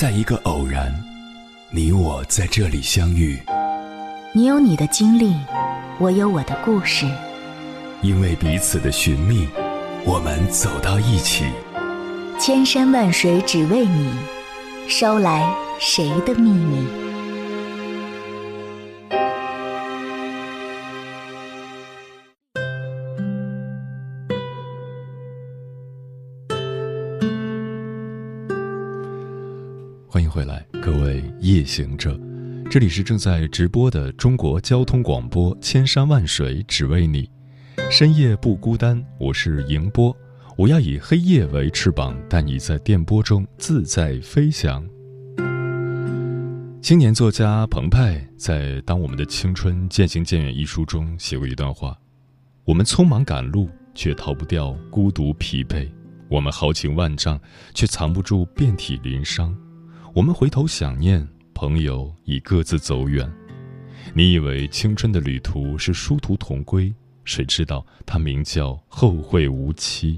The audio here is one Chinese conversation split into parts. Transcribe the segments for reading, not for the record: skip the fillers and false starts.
在一个偶然，你我在这里相遇。 你有你的经历，我有我的故事。 因为彼此的寻觅，我们走到一起。 千山万水只为你，捎来谁的秘密？ 欢迎回来，各位夜行者，这里是正在直播的中国交通广播，千山万水只为你，深夜不孤单，我是迎波，我要以黑夜为翅膀，带你在电波中自在飞翔。青年作家彭湃在《当我们的青春渐行渐远》一书中写过一段话：我们匆忙赶路，却逃不掉孤独疲惫；我们豪情万丈，却藏不住遍体鳞伤。我们回头想念，朋友已各自走远。你以为青春的旅途是殊途同归，谁知道它名叫后会无期。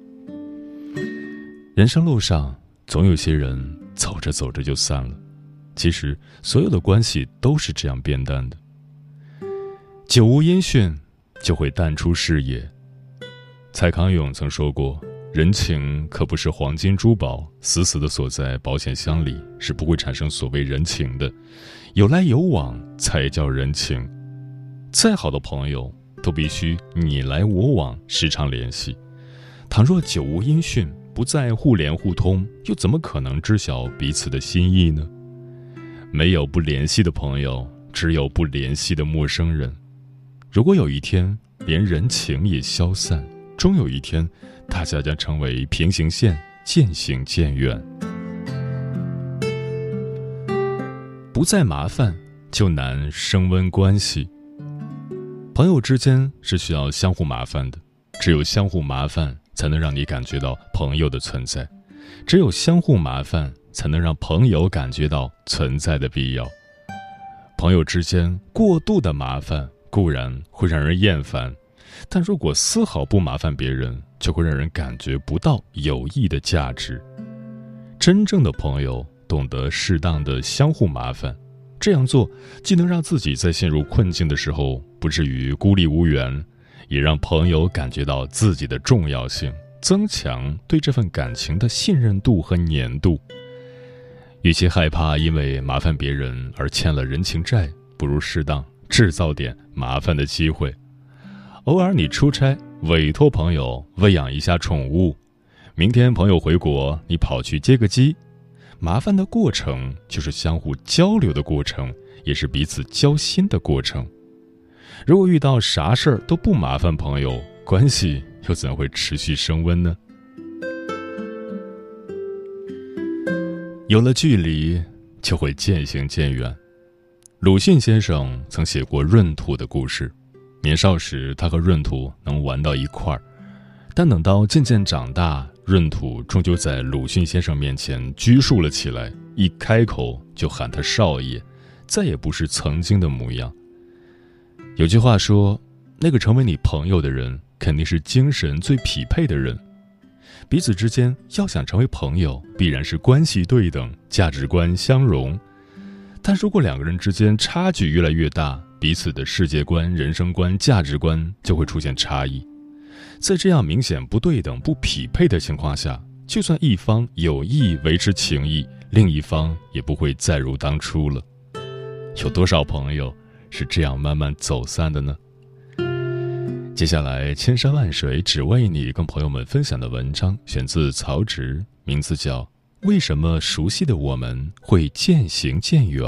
人生路上，总有些人走着走着就散了。其实，所有的关系都是这样变淡的。久无音讯，就会淡出视野。蔡康永曾说过，人情可不是黄金珠宝，死死地锁在保险箱里，是不会产生所谓人情的。有来有往才叫人情。再好的朋友，都必须你来我往，时常联系。倘若久无音讯，不再互联互通，又怎么可能知晓彼此的心意呢？没有不联系的朋友，只有不联系的陌生人。如果有一天连人情也消散，终有一天大家将成为平行线，渐行渐远。不再麻烦，就难升温关系。朋友之间是需要相互麻烦的，只有相互麻烦，才能让你感觉到朋友的存在；只有相互麻烦，才能让朋友感觉到存在的必要。朋友之间过度的麻烦固然会让人厌烦，但如果丝毫不麻烦别人，就会让人感觉不到友谊的价值。真正的朋友懂得适当的相互麻烦，这样做既能让自己在陷入困境的时候不至于孤立无援，也让朋友感觉到自己的重要性，增强对这份感情的信任度和粘度。与其害怕因为麻烦别人而欠了人情债，不如适当制造点麻烦的机会。偶尔你出差，委托朋友喂养一下宠物；明天朋友回国，你跑去接个机。麻烦的过程就是相互交流的过程，也是彼此交心的过程。如果遇到啥事儿都不麻烦朋友，关系又怎会持续升温呢？有了距离，就会渐行渐远。鲁迅先生曾写过闰土的故事。年少时，他和闰土能玩到一块儿，但等到渐渐长大，闰土终究在鲁迅先生面前拘束了起来，一开口就喊他少爷，再也不是曾经的模样。有句话说，那个成为你朋友的人，肯定是精神最匹配的人。彼此之间要想成为朋友，必然是关系对等，价值观相融。但如果两个人之间差距越来越大，彼此的世界观、人生观、价值观就会出现差异。在这样明显不对等、不匹配的情况下，就算一方有意维持情谊，另一方也不会再如当初了。有多少朋友是这样慢慢走散的呢？接下来，千山万水只为你跟朋友们分享的文章选自曹植，名字叫《为什么熟悉的我们会渐行渐远》。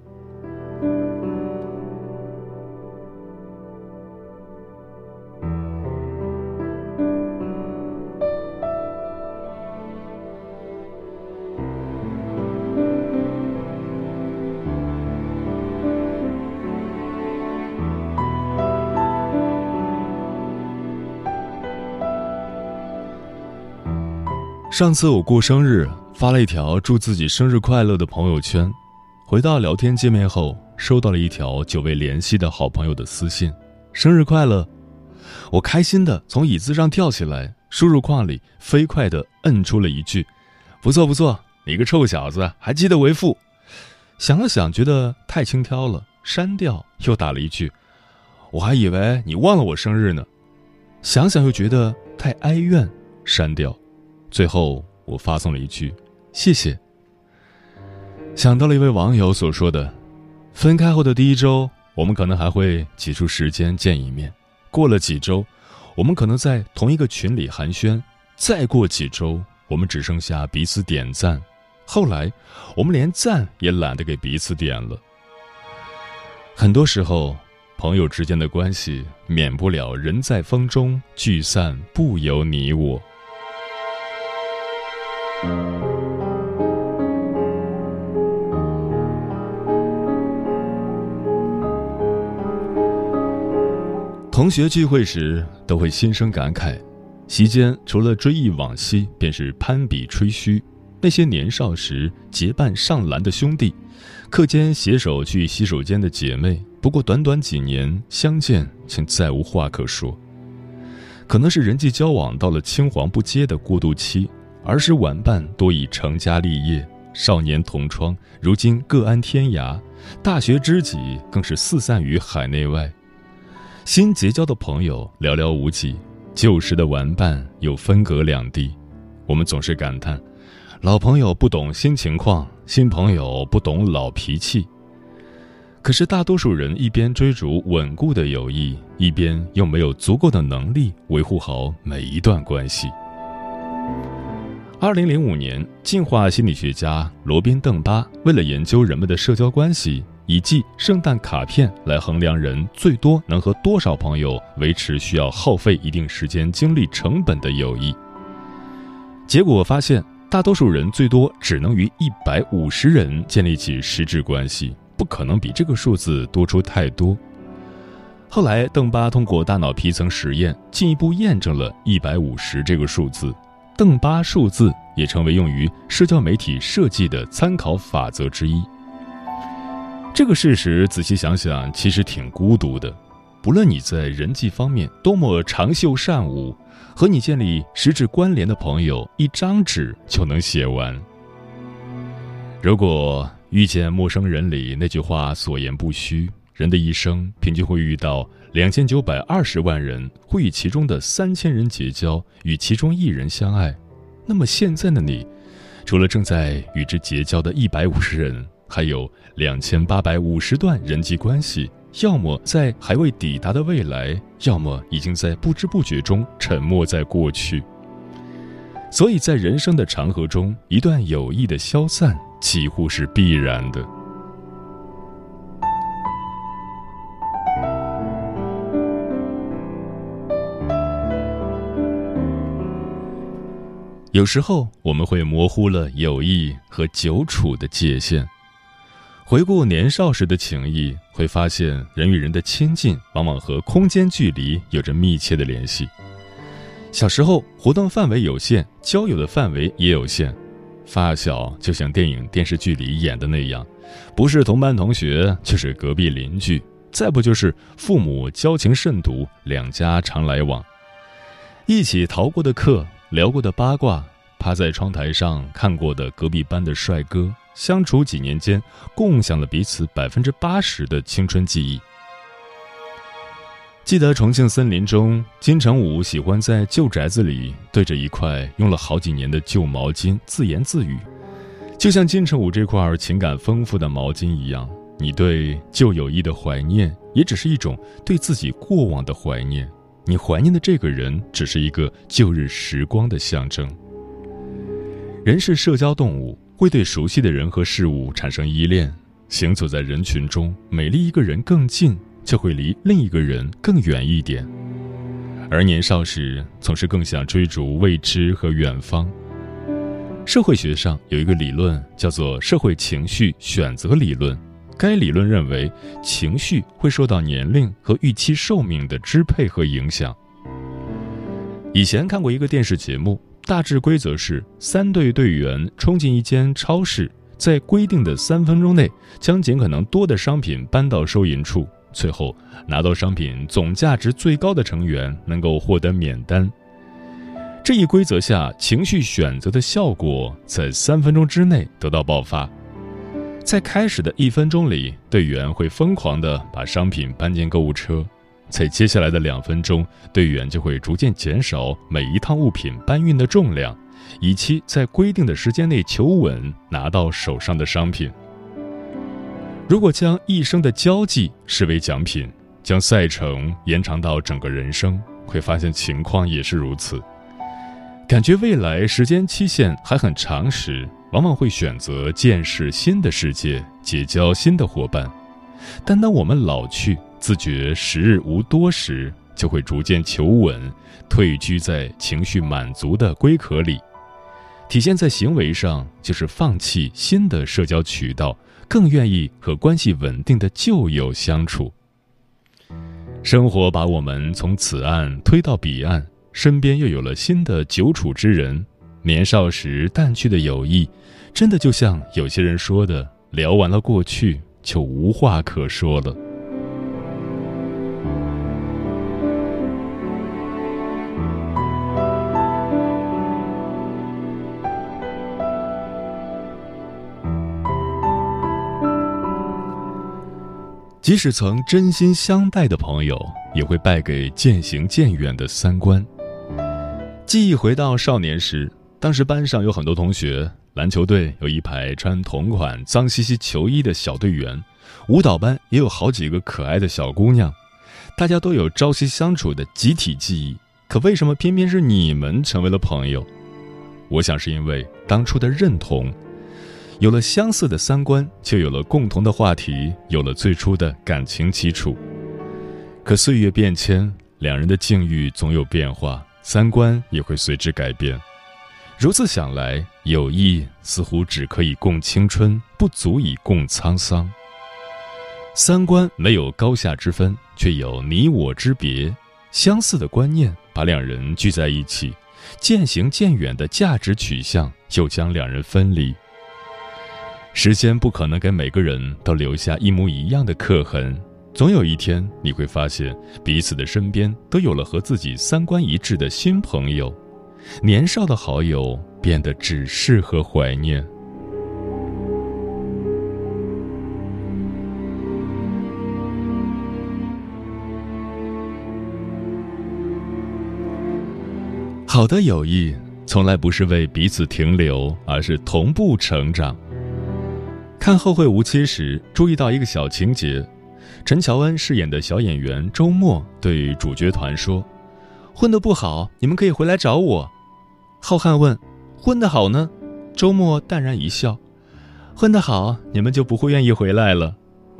上次我过生日，发了一条祝自己生日快乐的朋友圈，回到聊天界面后，收到了一条久未联系的好朋友的私信：生日快乐！我开心的从椅子上跳起来，输入框里飞快地摁出了一句：不错不错， 你个臭小子，还记得为父？想了想，觉得太轻佻了，删掉，又打了一句：我还以为你忘了我生日呢。想想又觉得太哀怨，删掉。最后我发送了一句：谢谢。想到了一位网友所说的，分开后的第1周，我们可能还会挤出时间见一面，过了几周，我们可能在同一个群里寒暄，再过几周，我们只剩下彼此点赞，后来我们连赞也懒得给彼此点了。很多时候，朋友之间的关系免不了人在风中，聚散不由你我。同学聚会时都会心生感慨，席间除了追忆往昔，便是攀比吹嘘。那些年少时结伴上篮的兄弟，课间携手去洗手间的姐妹，不过短短几年相见，竟再无话可说。可能是人际交往到了青黄不接的过渡期，儿时玩伴多已成家立业，少年同窗如今各安天涯，大学知己更是四散于海内外。新结交的朋友寥寥无几，旧时的玩伴又分隔两地。我们总是感叹，老朋友不懂新情况，新朋友不懂老脾气。可是大多数人一边追逐稳固的友谊，一边又没有足够的能力维护好每一段关系。2005年，进化心理学家罗宾·邓巴为了研究人们的社交关系，以寄圣诞卡片来衡量人最多能和多少朋友维持需要耗费一定时间精力成本的友谊。结果发现，大多数人最多只能与150人建立起实质关系，不可能比这个数字多出太多。后来，邓巴通过大脑皮层实验进一步验证了150这个数字。邓巴数字也成为用于社交媒体设计的参考法则之一。这个事实仔细想想，其实挺孤独的。不论你在人际方面多么长袖善舞，和你建立实质关联的朋友，一张纸就能写完。如果遇见陌生人里那句话所言不虚，人的一生平均会遇到2920万人，会与其中的3000人结交，与其中1人相爱。那么现在的你，除了正在与之结交的150人，还有2850段人际关系，要么在还未抵达的未来，要么已经在不知不觉中沉没在过去。所以在人生的长河中，一段友谊的消散几乎是必然的。有时候我们会模糊了友谊和久处的界限。回顾年少时的情谊，会发现人与人的亲近往往和空间距离有着密切的联系。小时候活动范围有限，交友的范围也有限。发小就像电影电视剧里演的那样，不是同班同学就是隔壁邻居，再不就是父母交情甚笃，两家常来往。一起逃过的课，聊过的八卦，趴在窗台上看过的隔壁班的帅哥，相处几年间，共享了彼此80%的青春记忆。记得重庆森林中，金城武喜欢在旧宅子里对着一块用了好几年的旧毛巾自言自语，就像金城武这块情感丰富的毛巾一样，你对旧友谊的怀念，也只是一种对自己过往的怀念。你怀念的这个人，只是一个旧日时光的象征。人是社交动物，会对熟悉的人和事物产生依恋。行走在人群中，每离一个人更近，就会离另一个人更远一点。而年少时，总是更想追逐未知和远方。社会学上有一个理论叫做社会情绪选择理论，该理论认为，情绪会受到年龄和预期寿命的支配和影响。以前看过一个电视节目，大致规则是3队队员冲进一间超市，在规定的3分钟内将尽可能多的商品搬到收银处，最后拿到商品总价值最高的成员能够获得免单。 这一规则下，情绪选择的效果在3分钟之内得到爆发。在开始的1分钟里，队员会疯狂地把商品搬进购物车，在接下来的2分钟，队员就会逐渐减少每一趟物品搬运的重量，以期在规定的时间内求稳拿到手上的商品。如果将一生的交际视为奖品，将赛程延长到整个人生，会发现情况也是如此。感觉未来时间期限还很长时，往往会选择见识新的世界，结交新的伙伴。但当我们老去，自觉时日无多时，就会逐渐求稳，退居在情绪满足的龟壳里。体现在行为上，就是放弃新的社交渠道，更愿意和关系稳定的旧友相处。生活把我们从此岸推到彼岸，身边又有了新的久处之人。年少时淡去的友谊，真的就像有些人说的，聊完了过去，就无话可说了。即使曾真心相待的朋友，也会败给渐行渐远的三观。记忆回到少年时，当时班上有很多同学，篮球队有一排穿同款脏兮兮球衣的小队员，舞蹈班也有好几个可爱的小姑娘，大家都有朝夕相处的集体记忆。可为什么偏偏是你们成为了朋友？我想是因为当初的认同。有了相似的三观，就有了共同的话题，有了最初的感情基础。可岁月变迁，两人的境遇总有变化，三观也会随之改变。如此想来，友谊似乎只可以共青春，不足以共沧桑。三观没有高下之分，却有你我之别。相似的观念把两人聚在一起，渐行渐远的价值取向又将两人分离。时间不可能给每个人都留下一模一样的刻痕，总有一天你会发现，彼此的身边都有了和自己三观一致的新朋友。年少的好友变得只适合怀念。好的友谊从来不是为彼此停留，而是同步成长。看《后会无期》时，注意到一个小情节，陈乔恩饰演的小演员周末对主角团说：“混得不好，你们可以回来找我。”浩瀚问：“混得好呢？”周末淡然一笑：“混得好，你们就不会愿意回来了。”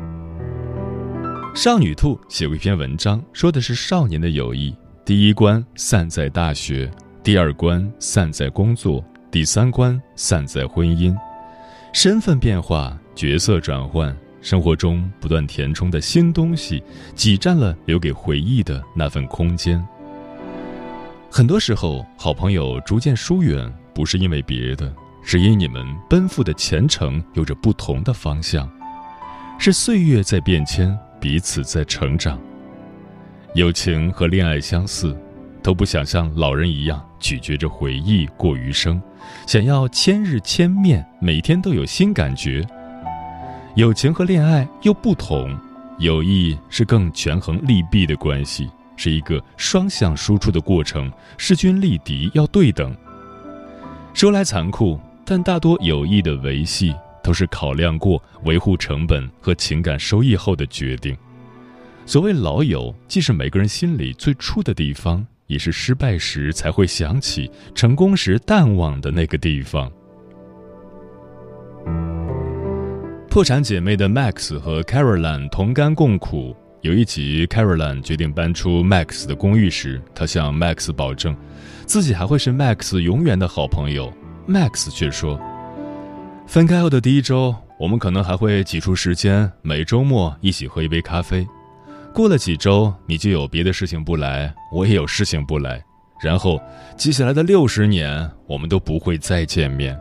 少女兔写过一篇文章，说的是少年的友谊，第一关散在大学，第二关散在工作，第三关散在婚姻。身份变化，角色转换，生活中不断填充的新东西，挤占了留给回忆的那份空间。很多时候，好朋友逐渐疏远，不是因为别的，是因你们奔赴的前程有着不同的方向，是岁月在变迁，彼此在成长。友情和恋爱相似，都不想像老人一样咀嚼着回忆过余生，想要千日千面，每天都有新感觉。友情和恋爱又不同，友谊是更权衡利弊的关系，是一个双向输出的过程，势均力敌要对等。说来残酷，但大多友谊的维系都是考量过维护成本和情感收益后的决定。所谓老友，既是每个人心里最初的地方，也是失败时才会想起，成功时淡忘的那个地方。破产姐妹的 Max 和 Caroline 同甘共苦。有一集 Caroline 决定搬出 Max 的公寓时，她向 Max 保证自己还会是 Max 永远的好朋友。 Max 却说，分开后的第一周，我们可能还会挤出时间每周末一起喝一杯咖啡，过了几周，你就有别的事情不来，我也有事情不来，然后接下来的60年，我们都不会再见面。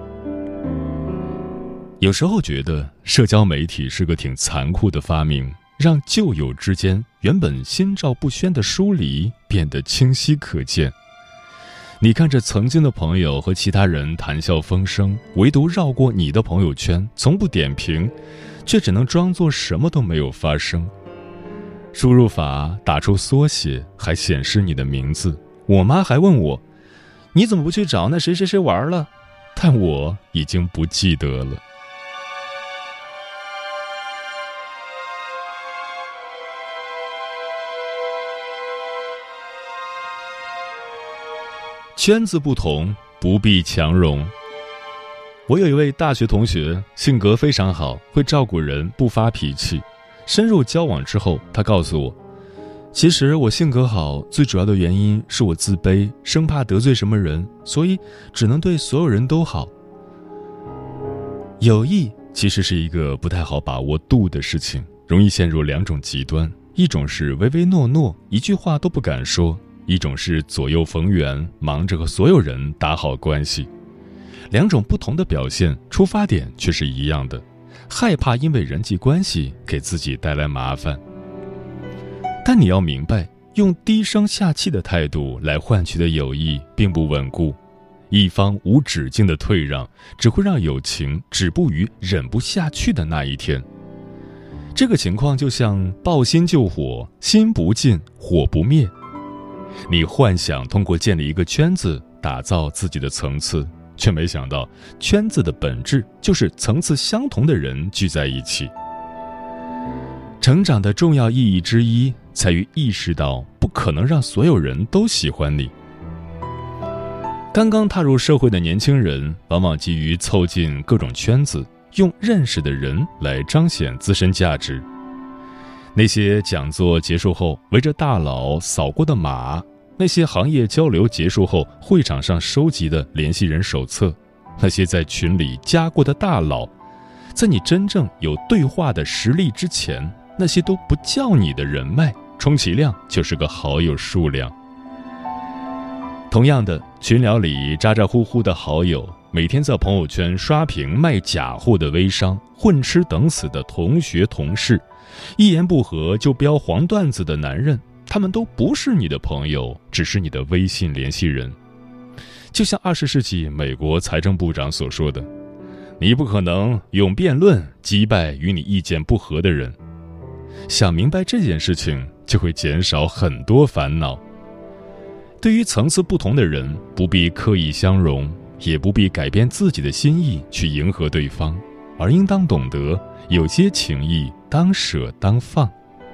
有时候觉得社交媒体是个挺残酷的发明，让旧友之间原本心照不宣的疏离变得清晰可见。 你看着曾经的朋友和其他人谈笑风生，唯独绕过你的朋友圈，从不点评，却只能装作什么都没有发生。输入法打出缩写，还显示你的名字。我妈还问我，你怎么不去找那谁谁谁玩了？但我已经不记得了。圈子不同，不必强融。我有一位大学同学，性格非常好，会照顾人，不发脾气。深入交往之后，他告诉我，其实我性格好，最主要的原因是我自卑，生怕得罪什么人，所以只能对所有人都好。友谊其实是一个不太好把握度的事情，容易陷入两种极端，一种是唯唯诺诺，一句话都不敢说，一种是左右逢源，忙着和所有人打好关系。两种不同的表现，出发点却是一样的，害怕因为人际关系给自己带来麻烦。但你要明白，用低声下气的态度来换取的友谊并不稳固，一方无止境的退让，只会让友情止步于忍不下去的那一天。这个情况就像抱薪救火，心不尽，火不灭。你幻想通过建立一个圈子，打造自己的层次，却没想到圈子的本质就是层次相同的人聚在一起。成长的重要意义之一，在于意识到不可能让所有人都喜欢你。刚刚踏入社会的年轻人，往往急于凑近各种圈子，用认识的人来彰显自身价值。那些讲座结束后围着大佬扫过的码，那些行业交流结束后会场上收集的联系人手册，那些在群里加过的大佬，在你真正有对话的实力之前，那些都不叫你的人脉，充其量就是个好友数量。同样的，群聊里咋咋呼呼的好友，每天在朋友圈刷屏卖假货的微商，混吃等死的同学同事，一言不合就飙黄段子的男人，他们都不是你的朋友，只是你的微信联系人。就像20世纪美国财政部长所说的，你不可能用辩论击败与你意见不合的人。想明白这件事情，就会减少很多烦恼。对于层次不同的人，不必刻意相融，也不必改变自己的心意去迎合对方，而应当懂得，有些情谊当舍当放。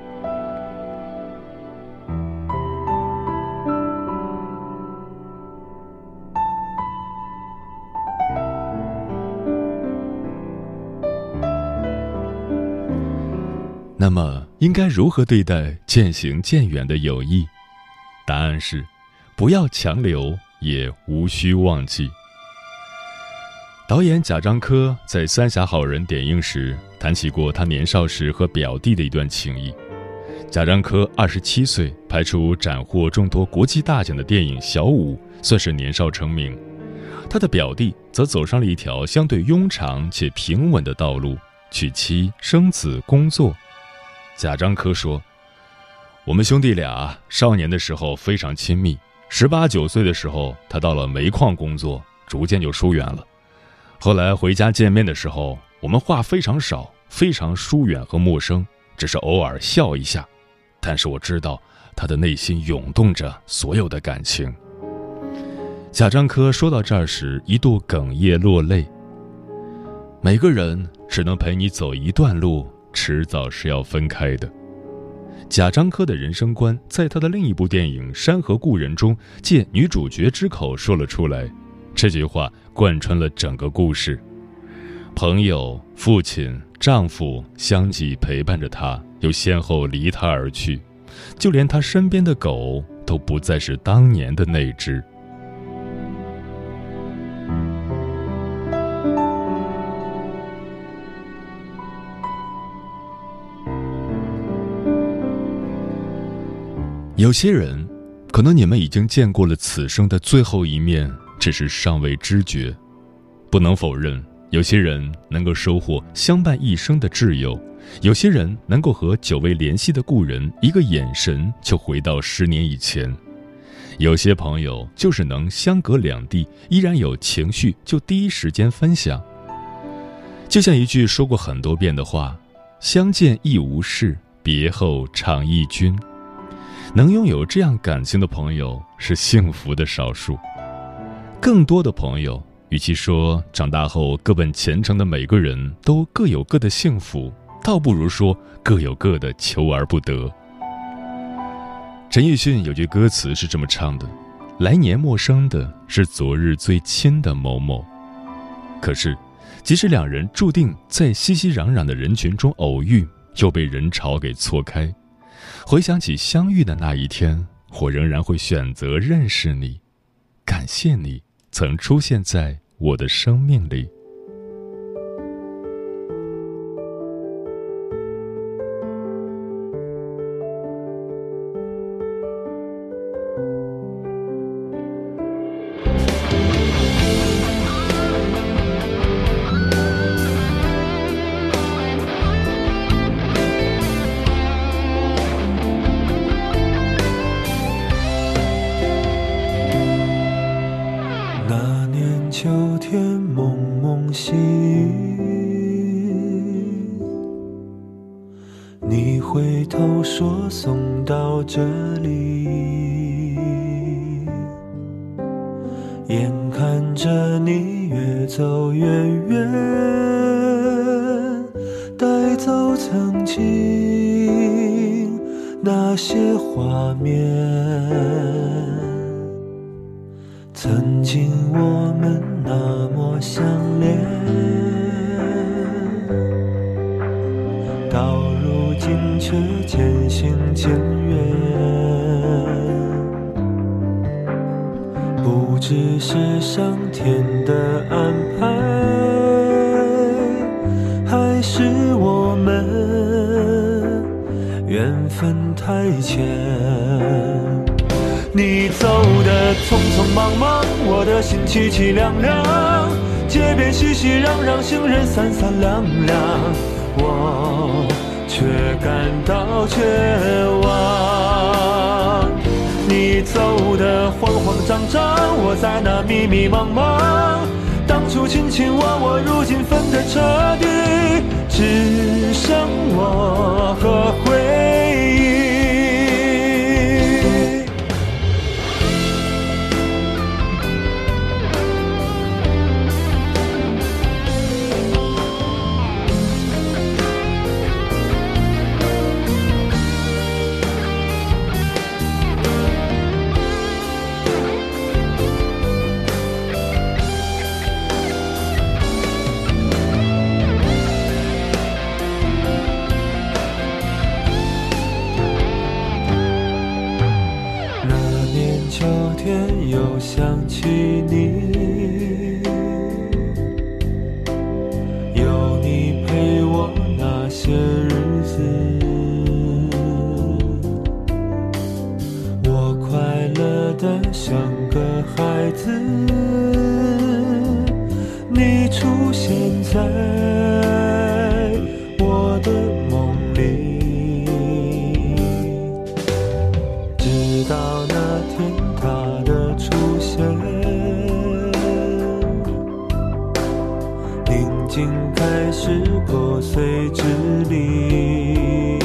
那么应该如何对待渐行渐远的友谊？答案是，不要强留，也无需忘记。导演贾樟柯在《三峡好人》点映时谈起过他年少时和表弟的一段情谊。贾樟柯27岁拍出斩获众多国际大奖的电影《小五》，算是年少成名。他的表弟则走上了一条相对庸长且平稳的道路，娶妻生子工作。贾樟柯说，我们兄弟俩少年的时候非常亲密，18、19岁的时候他到了煤矿工作，逐渐就疏远了。后来回家见面的时候，我们话非常少，非常疏远和陌生，只是偶尔笑一下，但是我知道他的内心涌动着所有的感情。贾樟柯说到这儿时一度哽咽落泪。每个人只能陪你走一段路，迟早是要分开的。贾樟柯的人生观在他的另一部电影《山河故人》中借女主角之口说了出来，这句话贯穿了整个故事。朋友、父亲、丈夫相继陪伴着他，又先后离他而去，就连他身边的狗都不再是当年的那只。有些人，可能你们已经见过了此生的最后一面，只是尚未知觉。不能否认，有些人能够收获相伴一生的挚友，有些人能够和久未联系的故人一个眼神就回到10年以前， 有些朋友就是能相隔两地，依然有情绪就第一时间分享。就像一句说过很多遍的话，相见亦无事，别后常忆君。能拥有这样感情的朋友是幸福的少数。更多的朋友，与其说长大后各奔前程的每个人都各有各的幸福，倒不如说各有各的求而不得。陈奕迅有句歌词是这么唱的：来年陌生的是昨日最亲的某某。可是即使两人注定在熙熙攘攘的人群中偶遇，又被人潮给错开，回想起相遇的那一天，我仍然会选择认识你，感谢你曾出现在我的生命里。 秋天蒙蒙细雨，你回头说送到这里，眼看着你越走越远，带走曾经那些画面。曾经我们那么相恋，到如今却渐行渐远。不知是上天的安排，还是我们缘分太浅。你走得匆匆忙忙，我的心凄凄凉凉，街边熙熙攘攘，行人三三两两，我却感到绝望。你走得慌慌张张，我在那迷迷茫茫，当初卿卿我我，如今分得彻底，只剩我和回忆。又想起你，有你陪我那些日子，我快乐得像个孩子，你出现在我的梦里，直到那天他的出现，宁静开始破碎支离，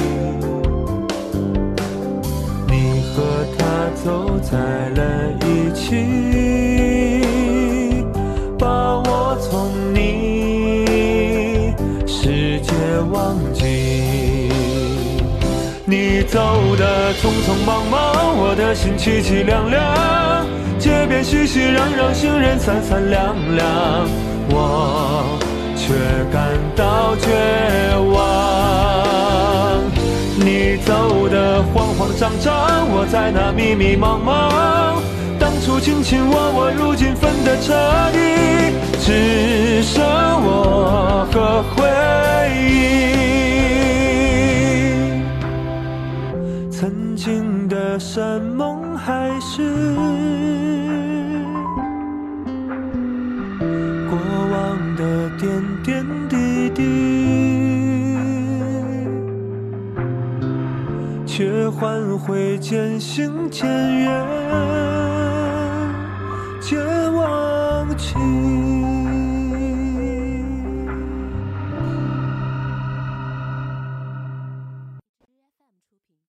你和他走在了一起，把我从你世界忘记。你走得匆匆忙忙，我的心凄凄凉凉，街边熙熙攘攘，行人三三两两，我却感到绝望。你走得慌慌张张，我在那迷迷茫茫，当初卿卿我我，如今分得彻底，只剩我和回忆。曾经的山盟海誓，过往的点点滴滴，却换回渐行渐远，渐忘情。